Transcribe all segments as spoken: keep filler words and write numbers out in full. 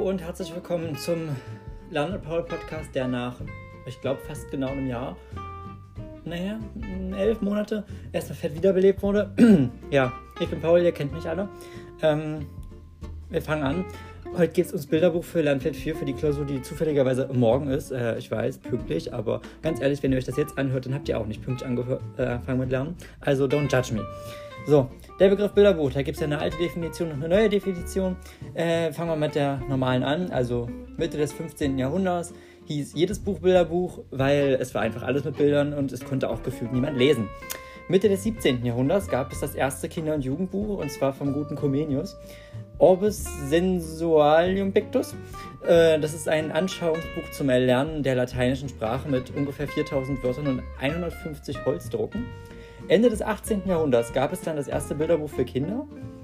und herzlich willkommen zum Lern mit Paul Podcast, der nach, ich glaube, fast genau einem Jahr, naja, elf Monate erstmal fett wiederbelebt wurde. Ja, ich bin Paul, ihr kennt mich alle. Ähm, wir fangen an. Heute geht es ums Bilderbuch für Lernfeld vier, für die Klausur, die zufälligerweise morgen ist. Äh, ich weiß, pünktlich, aber ganz ehrlich, wenn ihr euch das jetzt anhört, dann habt ihr auch nicht pünktlich angefangen äh, mit Lernen. Also don't judge me. So, der Begriff Bilderbuch, da gibt es ja eine alte Definition und eine neue Definition. Äh, fangen wir mit der normalen an. Also Mitte des fünfzehnten. Jahrhunderts hieß jedes Buch Bilderbuch, weil es war einfach alles mit Bildern und es konnte auch gefühlt niemand lesen. Mitte des siebzehnten. Jahrhunderts gab es das erste Kinder- und Jugendbuch, und zwar vom guten Comenius. Orbis Sensualium Pictus. Äh, das ist ein Anschauungsbuch zum Erlernen der lateinischen Sprache mit ungefähr viertausend Wörtern und hundertfünfzig Holzdrucken. Ende des achtzehnten. Jahrhunderts gab es dann das erste Bilderbuch für Kinder.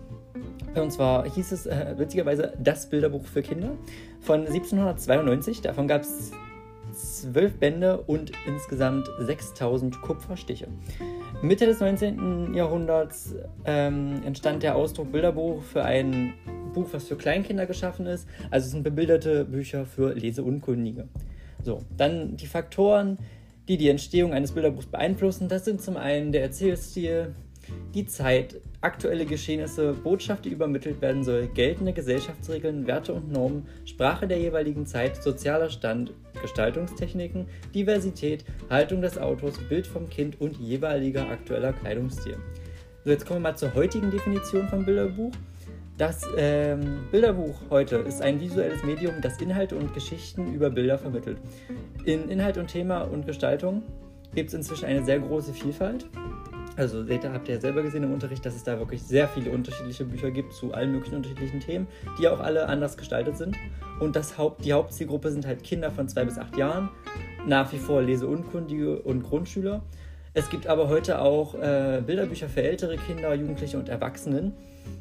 Und zwar hieß es äh, witzigerweise das Bilderbuch für Kinder von siebzehnhundertzweiundneunzig. Davon gab es zwölf Bände und insgesamt sechstausend Kupferstiche. Mitte des neunzehnten. Jahrhunderts ähm, entstand der Ausdruck Bilderbuch für ein Buch, was für Kleinkinder geschaffen ist. Also es sind bebilderte Bücher für Leseunkundige. So, dann die Faktoren, die die Entstehung eines Bilderbuchs beeinflussen. Das sind zum einen der Erzählstil, die Zeit, aktuelle Geschehnisse, Botschaft, die übermittelt werden soll, geltende Gesellschaftsregeln, Werte und Normen, Sprache der jeweiligen Zeit, sozialer Stand, Gestaltungstechniken, Diversität, Haltung des Autors, Bild vom Kind und jeweiliger aktueller Kleidungsstil. So, jetzt kommen wir mal zur heutigen Definition von Bilderbuch. Das ähm, Bilderbuch heute ist ein visuelles Medium, das Inhalte und Geschichten über Bilder vermittelt. In Inhalt und Thema und Gestaltung gibt es inzwischen eine sehr große Vielfalt. Also seht ihr, habt ihr ja selber gesehen im Unterricht, dass es da wirklich sehr viele unterschiedliche Bücher gibt zu allen möglichen unterschiedlichen Themen, die auch alle anders gestaltet sind. Und das Haupt, die Hauptzielgruppe sind halt Kinder von zwei bis acht Jahren, nach wie vor Leseunkundige und Grundschüler. Es gibt aber heute auch äh, Bilderbücher für ältere Kinder, Jugendliche und Erwachsenen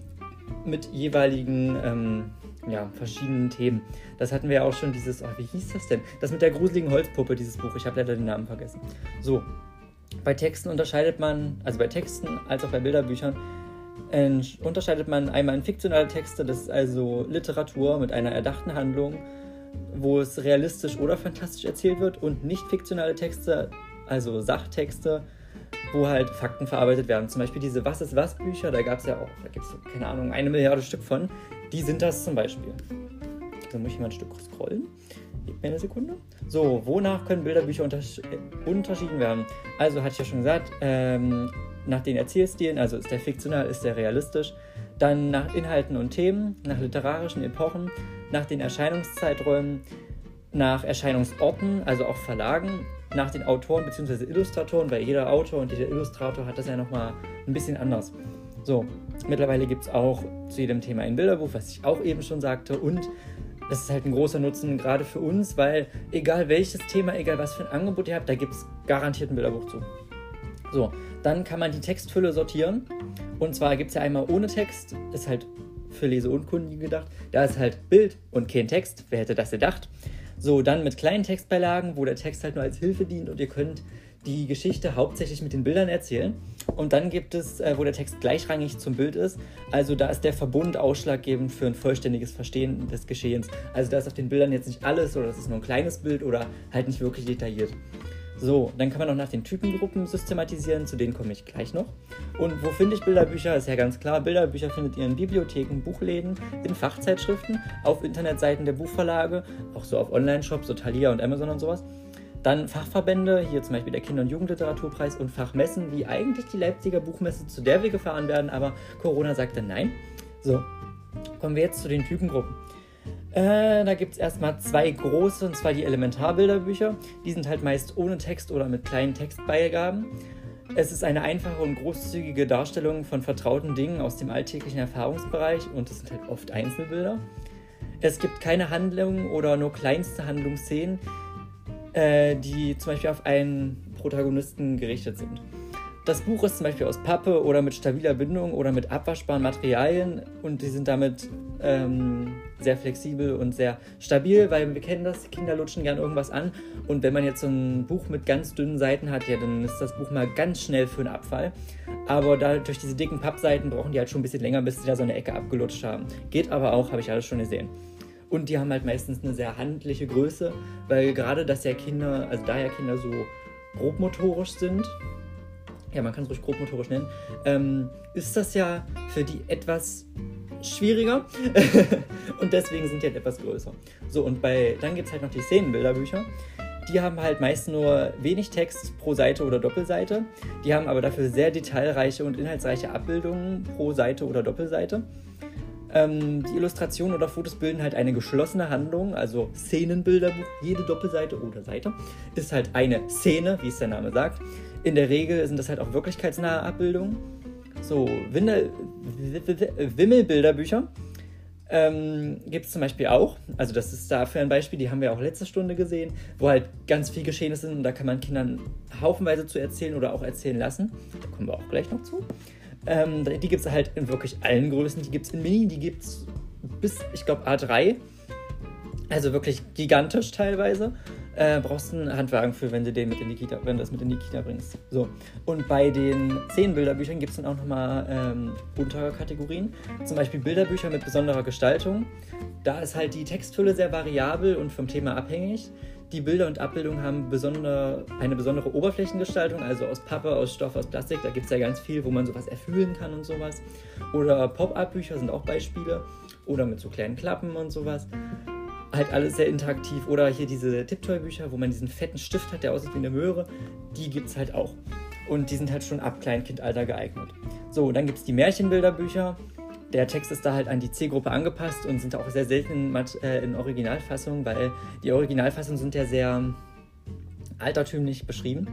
mit jeweiligen ähm, ja, verschiedenen Themen. Das hatten wir ja auch schon, dieses, oh, wie hieß das denn? Das mit der gruseligen Holzpuppe, dieses Buch, ich habe leider den Namen vergessen. So, bei Texten unterscheidet man, also bei Texten als auch bei Bilderbüchern, äh, unterscheidet man einmal in fiktionale Texte, das ist also Literatur mit einer erdachten Handlung, wo es realistisch oder fantastisch erzählt wird, und nicht fiktionale Texte, also Sachtexte, wo halt Fakten verarbeitet werden. Zum Beispiel diese Was ist was Bücher, da gab es ja auch, da gibt es, keine Ahnung, eine Milliarde Stück von, die sind das zum Beispiel. Da muss ich mal ein Stück scrollen. Gib mir eine Sekunde. So, wonach können Bilderbücher untersch- äh, unterschieden werden? Also, hatte ich ja schon gesagt, ähm, nach den Erzählstilen, also ist der fiktional, ist der realistisch, dann nach Inhalten und Themen, nach literarischen Epochen, nach den Erscheinungszeiträumen, nach Erscheinungsorten, also auch Verlagen, nach den Autoren bzw. Illustratoren, weil jeder Autor und jeder Illustrator hat das ja nochmal ein bisschen anders. So, mittlerweile gibt es auch zu jedem Thema ein Bilderbuch, was ich auch eben schon sagte, und das ist halt ein großer Nutzen, gerade für uns, weil egal welches Thema, egal was für ein Angebot ihr habt, da gibt es garantiert ein Bilderbuch zu. So, dann kann man die Textfülle sortieren, und zwar gibt es ja einmal ohne Text, ist halt für Leseunkundige gedacht, da ist halt Bild und kein Text, wer hätte das gedacht? So, dann mit kleinen Textbeilagen, wo der Text halt nur als Hilfe dient und ihr könnt die Geschichte hauptsächlich mit den Bildern erzählen. Und dann gibt es, äh, wo der Text gleichrangig zum Bild ist, also da ist der Verbund ausschlaggebend für ein vollständiges Verstehen des Geschehens. Also da ist auf den Bildern jetzt nicht alles, oder das ist nur ein kleines Bild oder halt nicht wirklich detailliert. So, dann kann man noch nach den Typengruppen systematisieren, zu denen komme ich gleich noch. Und wo finde ich Bilderbücher? Ist ja ganz klar, Bilderbücher findet ihr in Bibliotheken, Buchläden, in Fachzeitschriften, auf Internetseiten der Buchverlage, auch so auf Online-Shops, so Thalia und Amazon und sowas. Dann Fachverbände, hier zum Beispiel der Kinder- und Jugendliteraturpreis, und Fachmessen, wie eigentlich die Leipziger Buchmesse, zu der wir gefahren werden, aber Corona sagte nein. So, kommen wir jetzt zu den Typengruppen. Äh, da gibt es erstmal zwei große, und zwar die Elementarbilderbücher. Die sind halt meist ohne Text oder mit kleinen Textbeigaben. Es ist eine einfache und großzügige Darstellung von vertrauten Dingen aus dem alltäglichen Erfahrungsbereich, und es sind halt oft Einzelbilder. Es gibt keine Handlung oder nur kleinste Handlungsszenen, äh, die zum Beispiel auf einen Protagonisten gerichtet sind. Das Buch ist zum Beispiel aus Pappe oder mit stabiler Bindung oder mit abwaschbaren Materialien, und die sind damit ähm, sehr flexibel und sehr stabil, weil wir kennen das, Kinder lutschen gern irgendwas an, und wenn man jetzt so ein Buch mit ganz dünnen Seiten hat, ja, dann ist das Buch mal ganz schnell für einen Abfall. Aber da, durch diese dicken Pappseiten brauchen die halt schon ein bisschen länger, bis sie da so eine Ecke abgelutscht haben. Geht aber auch, habe ich alles schon gesehen. Und die haben halt meistens eine sehr handliche Größe, weil gerade, dass ja Kinder, also da ja Kinder so grobmotorisch sind, ja, man kann es ruhig grobmotorisch nennen, ähm, ist das ja für die etwas schwieriger und deswegen sind die halt etwas größer. So, und bei, dann gibt es halt noch die Szenenbilderbücher. Die haben halt meist nur wenig Text pro Seite oder Doppelseite. Die haben aber dafür sehr detailreiche und inhaltsreiche Abbildungen pro Seite oder Doppelseite. Ähm, die Illustrationen oder Fotos bilden halt eine geschlossene Handlung, also Szenenbilderbuch. Jede Doppelseite oder Seite ist halt eine Szene, wie es der Name sagt. In der Regel sind das halt auch wirklichkeitsnahe Abbildungen. So, Windel, Wimmelbilderbücher ähm, gibt es zum Beispiel auch. Also das ist dafür ein Beispiel, die haben wir auch letzte Stunde gesehen, wo halt ganz viel Geschehenes sind und da kann man Kindern haufenweise zu erzählen oder auch erzählen lassen. Da kommen wir auch gleich noch zu. Ähm, die gibt es halt in wirklich allen Größen. Die gibt es in Mini, die gibt es bis, ich glaube, A drei. Also wirklich gigantisch teilweise. Äh, brauchst einen Handwagen für, wenn du den mit in die Kita, wenn du das mit in die Kita bringst. So. Und bei den Szenenbilderbüchern gibt es dann auch nochmal ähm, Unterkategorien. Zum Beispiel Bilderbücher mit besonderer Gestaltung. Da ist halt die Textfülle sehr variabel und vom Thema abhängig. Die Bilder und Abbildungen haben besonder, eine besondere Oberflächengestaltung, also aus Pappe, aus Stoff, aus Plastik. Da gibt es ja ganz viel, wo man sowas erfüllen kann und sowas. Oder Pop-Up-Bücher sind auch Beispiele. Oder mit so kleinen Klappen und sowas. Halt alles sehr interaktiv. Oder hier diese Tipptoy-Bücher, wo man diesen fetten Stift hat, der aussieht wie eine Möhre. Die gibt es halt auch. Und die sind halt schon ab Kleinkindalter geeignet. So, dann gibt es die Märchenbilderbücher. Der Text ist da halt an die Zielgruppe angepasst und sind auch sehr selten in, Mat- äh, in Originalfassung, weil die Originalfassungen sind ja sehr altertümlich beschrieben.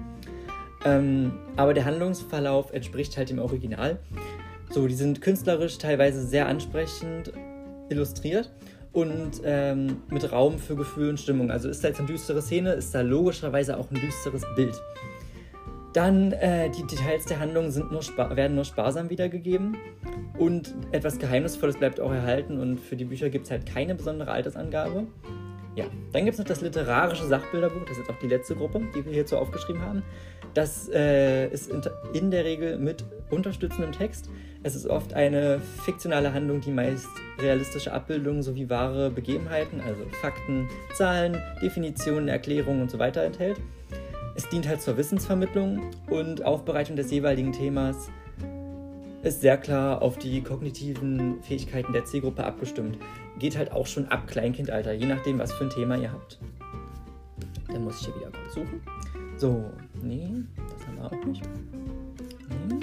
Ähm, aber der Handlungsverlauf entspricht halt dem Original. So, die sind künstlerisch teilweise sehr ansprechend illustriert und ähm, mit Raum für Gefühl und Stimmung. Also ist da jetzt eine düstere Szene, ist da logischerweise auch ein düsteres Bild. Dann äh, die Details der Handlung sind nur spa- werden nur sparsam wiedergegeben und etwas Geheimnisvolles bleibt auch erhalten und für die Bücher gibt es halt keine besondere Altersangabe. Ja, dann gibt es noch das literarische Sachbilderbuch, das ist jetzt auch die letzte Gruppe, die wir hierzu aufgeschrieben haben. Das äh, ist in, in der Regel mit unterstützendem Text. Es ist oft eine fiktionale Handlung, die meist realistische Abbildungen sowie wahre Begebenheiten, also Fakten, Zahlen, Definitionen, Erklärungen und so weiter enthält. Es dient halt zur Wissensvermittlung und Aufbereitung des jeweiligen Themas ist sehr klar auf die kognitiven Fähigkeiten der Zielgruppe abgestimmt. Geht halt auch schon ab Kleinkindalter, je nachdem, was für ein Thema ihr habt. Dann muss ich hier wieder kurz suchen. So, nee, das haben wir auch nicht. Nee.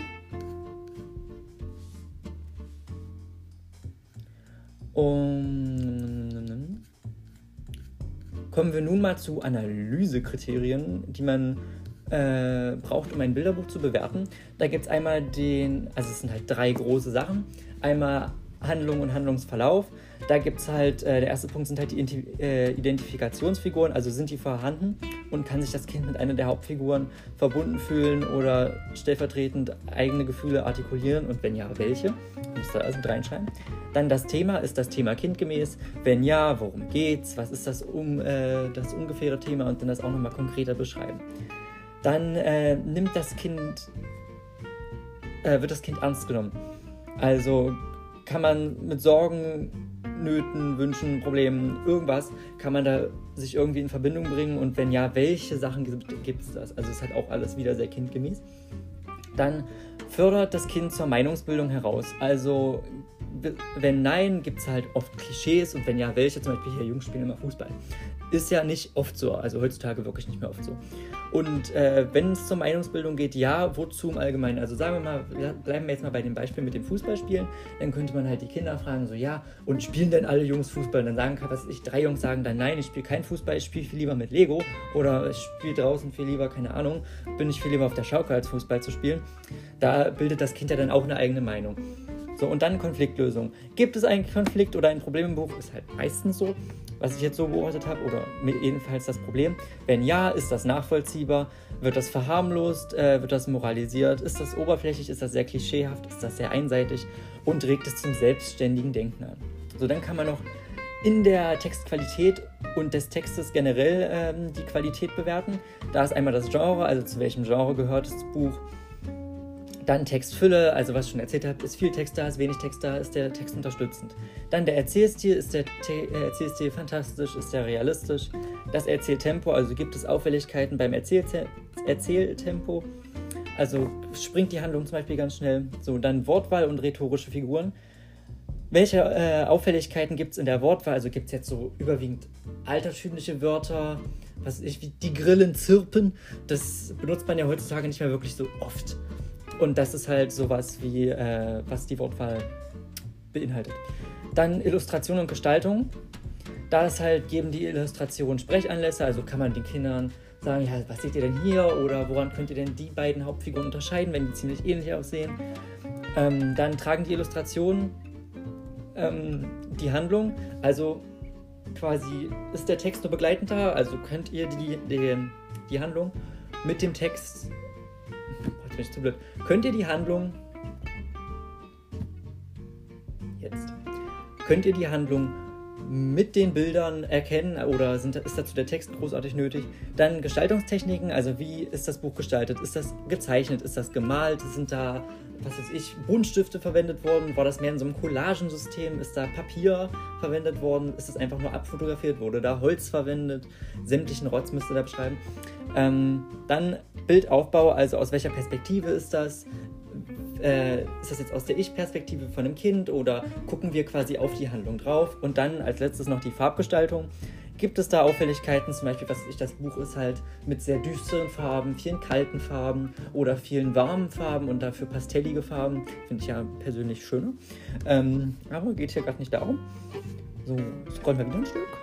Und kommen wir nun mal zu Analysekriterien, die man äh, braucht, um ein Bilderbuch zu bewerten. Da gibt es einmal den, also es sind halt drei große Sachen. Einmal Handlung und Handlungsverlauf. Da gibt es halt, äh, der erste Punkt sind halt die Inti- äh, Identifikationsfiguren, also sind die vorhanden und kann sich das Kind mit einer der Hauptfiguren verbunden fühlen oder stellvertretend eigene Gefühle artikulieren und wenn ja, welche? Muss da also mit reinschreiben. Dann das Thema, ist das Thema kindgemäß? Wenn ja, worum geht's? Was ist das, um, äh, das ungefähre Thema und dann das auch nochmal konkreter beschreiben. Dann äh, nimmt das Kind, äh, wird das Kind ernst genommen. Also kann man mit Sorgen, Nöten, Wünschen, Problemen, irgendwas, kann man da sich irgendwie in Verbindung bringen und wenn ja, welche Sachen gibt es das? Also ist halt auch alles wieder sehr kindgemäß. Dann fördert das Kind zur Meinungsbildung heraus. Also wenn nein, gibt es halt oft Klischees und wenn ja, welche? Zum Beispiel hier, Jungs spielen immer Fußball. Ist ja nicht oft so, also heutzutage wirklich nicht mehr oft so. Und äh, wenn es zur Meinungsbildung geht, ja, wozu im Allgemeinen? Also sagen wir mal, bleiben wir jetzt mal bei dem Beispiel mit dem Fußballspielen, dann könnte man halt die Kinder fragen, so ja, und spielen denn alle Jungs Fußball? Und dann sagen, was weiß ich, drei Jungs sagen dann, nein, ich spiele kein Fußball, ich spiele viel lieber mit Lego oder ich spiele draußen viel lieber, keine Ahnung, bin ich viel lieber auf der Schaukel als Fußball zu spielen. Da bildet das Kind ja dann auch eine eigene Meinung. So, und dann Konfliktlösung. Gibt es einen Konflikt oder ein Problem im Buch? Ist halt meistens so, was ich jetzt so beobachtet habe, oder jedenfalls das Problem. Wenn ja, ist das nachvollziehbar? Wird das verharmlost? Äh, wird das moralisiert? Ist das oberflächlich? Ist das sehr klischeehaft? Ist das sehr einseitig? Und regt es zum selbstständigen Denken an. So, dann kann man noch in der Textqualität und des Textes generell ähm, die Qualität bewerten. Da ist einmal das Genre, also zu welchem Genre gehört das Buch. Dann Textfülle, also was ich schon erzählt habe, ist viel Text da, ist wenig Text da, ist der Text unterstützend. Dann der Erzählstil, ist der Te- äh, Erzählstil fantastisch, ist der realistisch. Das Erzähltempo, also gibt es Auffälligkeiten beim Erzählte- Erzähltempo. Also springt die Handlung zum Beispiel ganz schnell. So, dann Wortwahl und rhetorische Figuren. Welche äh, Auffälligkeiten gibt es in der Wortwahl? Also gibt es jetzt so überwiegend altertümliche Wörter, was weiß ich, wie die Grillen zirpen. Das benutzt man ja heutzutage nicht mehr wirklich so oft. Und das ist halt sowas wie, äh, was die Wortwahl beinhaltet. Dann Illustration und Gestaltung. Da ist halt, geben die Illustrationen Sprechanlässe, also kann man den Kindern sagen, ja, was seht ihr denn hier? Oder woran könnt ihr denn die beiden Hauptfiguren unterscheiden, wenn die ziemlich ähnlich aussehen? Ähm, dann tragen die Illustrationen ähm, die Handlung, also quasi ist der Text nur begleitend da, also könnt ihr die, die, die Handlung mit dem Text, jetzt bin ich zu blöd, könnt ihr die Handlung, jetzt, könnt ihr die Handlung mit den Bildern erkennen oder sind, ist dazu der Text großartig nötig? Dann Gestaltungstechniken, also wie ist das Buch gestaltet? Ist das gezeichnet? Ist das gemalt? Sind da, was weiß ich, Buntstifte verwendet worden? War das mehr in so einem Collagensystem? Ist da Papier verwendet worden? Ist das einfach nur abfotografiert? Wurde da Holz verwendet? Sämtlichen Rotz müsst ihr da beschreiben. Ähm, dann Bildaufbau, also aus welcher Perspektive ist das? Äh, ist das jetzt aus der Ich-Perspektive von einem Kind oder gucken wir quasi auf die Handlung drauf? Und dann als letztes noch die Farbgestaltung. Gibt es da Auffälligkeiten, zum Beispiel, was weiß ich, das Buch ist halt mit sehr düsteren Farben, vielen kalten Farben oder vielen warmen Farben und dafür pastellige Farben. Finde ich ja persönlich schöner. Ähm, aber geht hier gerade nicht darum. So, scrollen wir wieder ein Stück.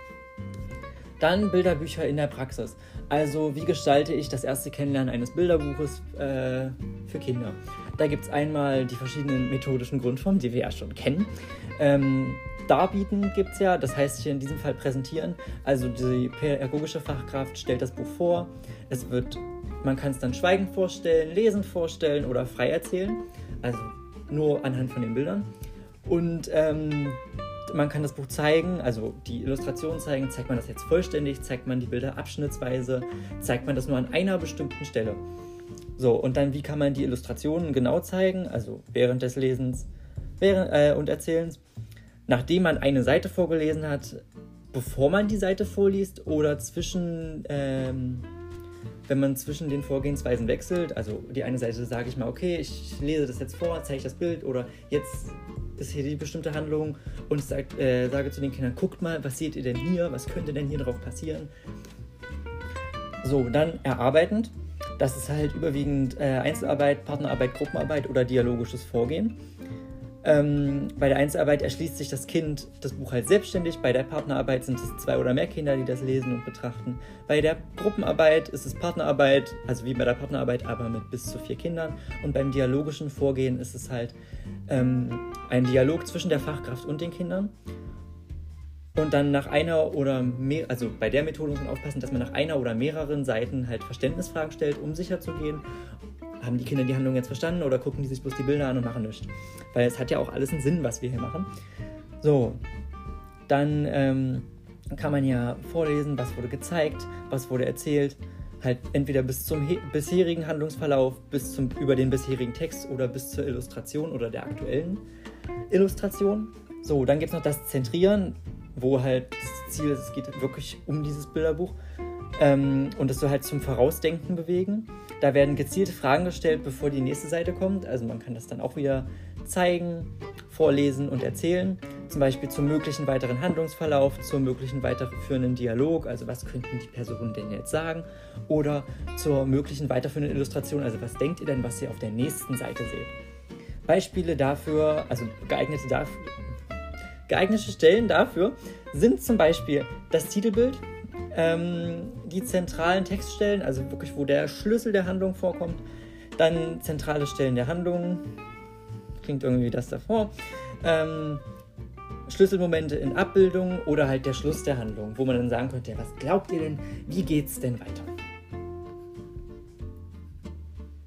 Dann Bilderbücher in der Praxis. Also wie gestalte ich das erste Kennenlernen eines Bilderbuches äh, für Kinder? Da gibt es einmal die verschiedenen methodischen Grundformen, die wir ja schon kennen. Ähm, Darbieten gibt es ja, das heißt hier in diesem Fall präsentieren. Also die pädagogische Fachkraft stellt das Buch vor. Es wird, man kann es dann schweigend vorstellen, lesend vorstellen oder frei erzählen. Also nur anhand von den Bildern. Und ähm, man kann das Buch zeigen, also die Illustration zeigen. Zeigt man das jetzt vollständig? Zeigt man die Bilder abschnittsweise? Zeigt man das nur an einer bestimmten Stelle? So, und dann, wie kann man die Illustrationen genau zeigen? Also während des Lesens während, äh, und Erzählens. Nachdem man eine Seite vorgelesen hat, bevor man die Seite vorliest oder zwischen, ähm, wenn man zwischen den Vorgehensweisen wechselt. Also die eine Seite sage ich mal, okay, ich lese das jetzt vor, zeige das Bild oder jetzt ist hier die bestimmte Handlung und ich sag, äh, sage zu den Kindern, guckt mal, was seht ihr denn hier, was könnte denn hier drauf passieren? So, dann erarbeitend. Das ist halt überwiegend äh, Einzelarbeit, Partnerarbeit, Gruppenarbeit oder dialogisches Vorgehen. Ähm, bei der Einzelarbeit erschließt sich das Kind das Buch halt selbstständig, bei der Partnerarbeit sind es zwei oder mehr Kinder, die das lesen und betrachten. Bei der Gruppenarbeit ist es Partnerarbeit, also wie bei der Partnerarbeit, aber mit bis zu vier Kindern. Und beim dialogischen Vorgehen ist es halt ähm, ein Dialog zwischen der Fachkraft und den Kindern. Und dann nach einer oder mehr, also bei der Methode muss man aufpassen, dass man nach einer oder mehreren Seiten halt Verständnisfragen stellt, um sicher zu gehen, haben die Kinder die Handlung jetzt verstanden oder gucken die sich bloß die Bilder an und machen nichts. Weil es hat ja auch alles einen Sinn, was wir hier machen. So, dann ähm, kann man ja vorlesen, was wurde gezeigt, was wurde erzählt. Halt entweder bis zum he- bisherigen Handlungsverlauf, bis zum, über den bisherigen Text oder bis zur Illustration oder der aktuellen Illustration. So, dann gibt es noch das Zentrieren, wo halt das Ziel ist, es geht wirklich um dieses Bilderbuch. Ähm, und es soll halt zum Vorausdenken bewegen. Da werden gezielte Fragen gestellt, bevor die nächste Seite kommt. Also man kann das dann auch wieder zeigen, vorlesen und erzählen. Zum Beispiel zum möglichen weiteren Handlungsverlauf, zum möglichen weiterführenden Dialog. Also was könnten die Personen denn jetzt sagen? Oder zur möglichen weiterführenden Illustration. Also was denkt ihr denn, was ihr auf der nächsten Seite seht? Beispiele dafür, also geeignete, dafür, geeignete Stellen dafür sind zum Beispiel das Titelbild, Ähm, die zentralen Textstellen, also wirklich, wo der Schlüssel der Handlung vorkommt, dann zentrale Stellen der Handlung, klingt irgendwie das davor, ähm, Schlüsselmomente in Abbildungen oder halt der Schluss der Handlung, wo man dann sagen könnte, ja, was glaubt ihr denn, wie geht's denn weiter?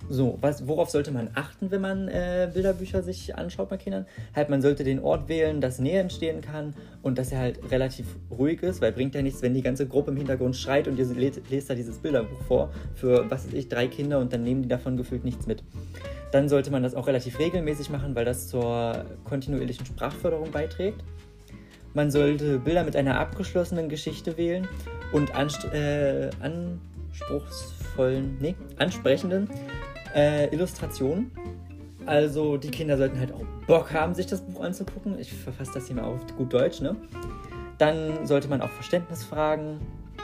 So, was, worauf sollte man achten, wenn man äh, Bilderbücher sich anschaut bei Kindern? Halt, man sollte den Ort wählen, dass Nähe entstehen kann und dass er halt relativ ruhig ist, weil bringt ja nichts, wenn die ganze Gruppe im Hintergrund schreit und ihr lest, lest da dieses Bilderbuch vor für, was weiß ich, drei Kinder und dann nehmen die davon gefühlt nichts mit. Dann sollte man das auch relativ regelmäßig machen, weil das zur kontinuierlichen Sprachförderung beiträgt. Man sollte Bilder mit einer abgeschlossenen Geschichte wählen und anst- äh, anspruchsvollen, nee, ansprechenden Äh, Illustrationen. Also die Kinder sollten halt auch Bock haben, sich das Buch anzugucken. Ich verfasse das hier mal auf gut Deutsch, ne? Dann sollte man auch Verständnisfragen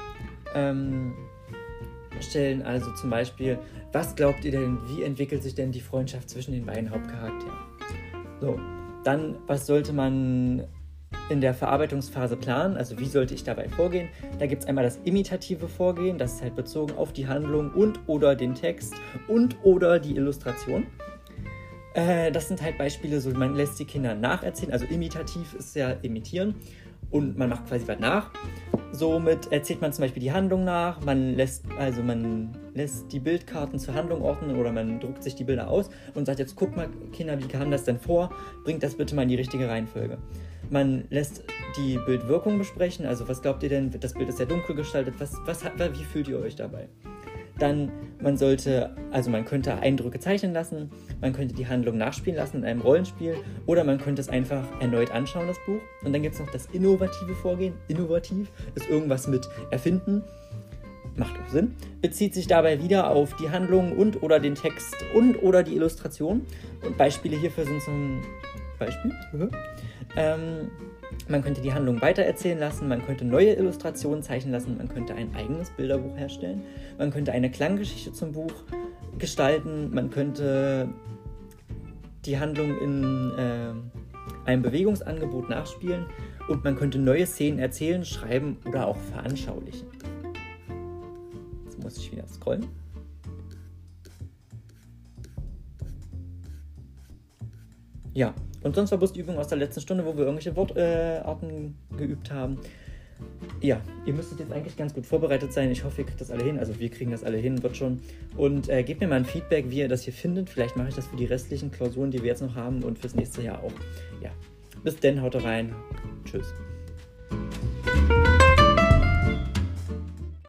ähm, stellen. Also zum Beispiel, was glaubt ihr denn, wie entwickelt sich denn die Freundschaft zwischen den beiden Hauptcharakteren? So, dann, was sollte man in der Verarbeitungsphase planen, also wie sollte ich dabei vorgehen? Da gibt es einmal das imitative Vorgehen, das ist halt bezogen auf die Handlung und oder den Text und oder die Illustration. Äh, das sind halt Beispiele, so man lässt die Kinder nacherzählen, also imitativ ist ja imitieren und man macht quasi was nach. Somit erzählt man zum Beispiel die Handlung nach, man lässt, also man lässt die Bildkarten zur Handlung ordnen oder man druckt sich die Bilder aus und sagt jetzt, guck mal Kinder, wie kam das denn vor? Bringt das bitte mal in die richtige Reihenfolge. Man lässt die Bildwirkung besprechen, also was glaubt ihr denn, das Bild ist sehr dunkel gestaltet, was, was, wie fühlt ihr euch dabei? Dann, man sollte, also man könnte Eindrücke zeichnen lassen, man könnte die Handlung nachspielen lassen in einem Rollenspiel oder man könnte es einfach erneut anschauen, das Buch. Und dann gibt es noch das innovative Vorgehen. Innovativ ist irgendwas mit erfinden, macht auch Sinn, bezieht sich dabei wieder auf die Handlung und oder den Text und oder die Illustration. Und Beispiele hierfür sind zum Beispiel, ähm, man könnte die Handlung weitererzählen lassen, man könnte neue Illustrationen zeichnen lassen, man könnte ein eigenes Bilderbuch herstellen, man könnte eine Klanggeschichte zum Buch gestalten, man könnte die Handlung in äh, einem Bewegungsangebot nachspielen und man könnte neue Szenen erzählen, schreiben oder auch veranschaulichen. Jetzt muss ich wieder scrollen. Ja, und sonst war bloß die Übung aus der letzten Stunde, wo wir irgendwelche Wortarten äh, geübt haben. Ja, ihr müsstet jetzt eigentlich ganz gut vorbereitet sein. Ich hoffe, ihr kriegt das alle hin. Also wir kriegen das alle hin, wird schon. Und äh, gebt mir mal ein Feedback, wie ihr das hier findet. Vielleicht mache ich das für die restlichen Klausuren, die wir jetzt noch haben und fürs nächste Jahr auch. Ja, bis dann, haut rein. Tschüss.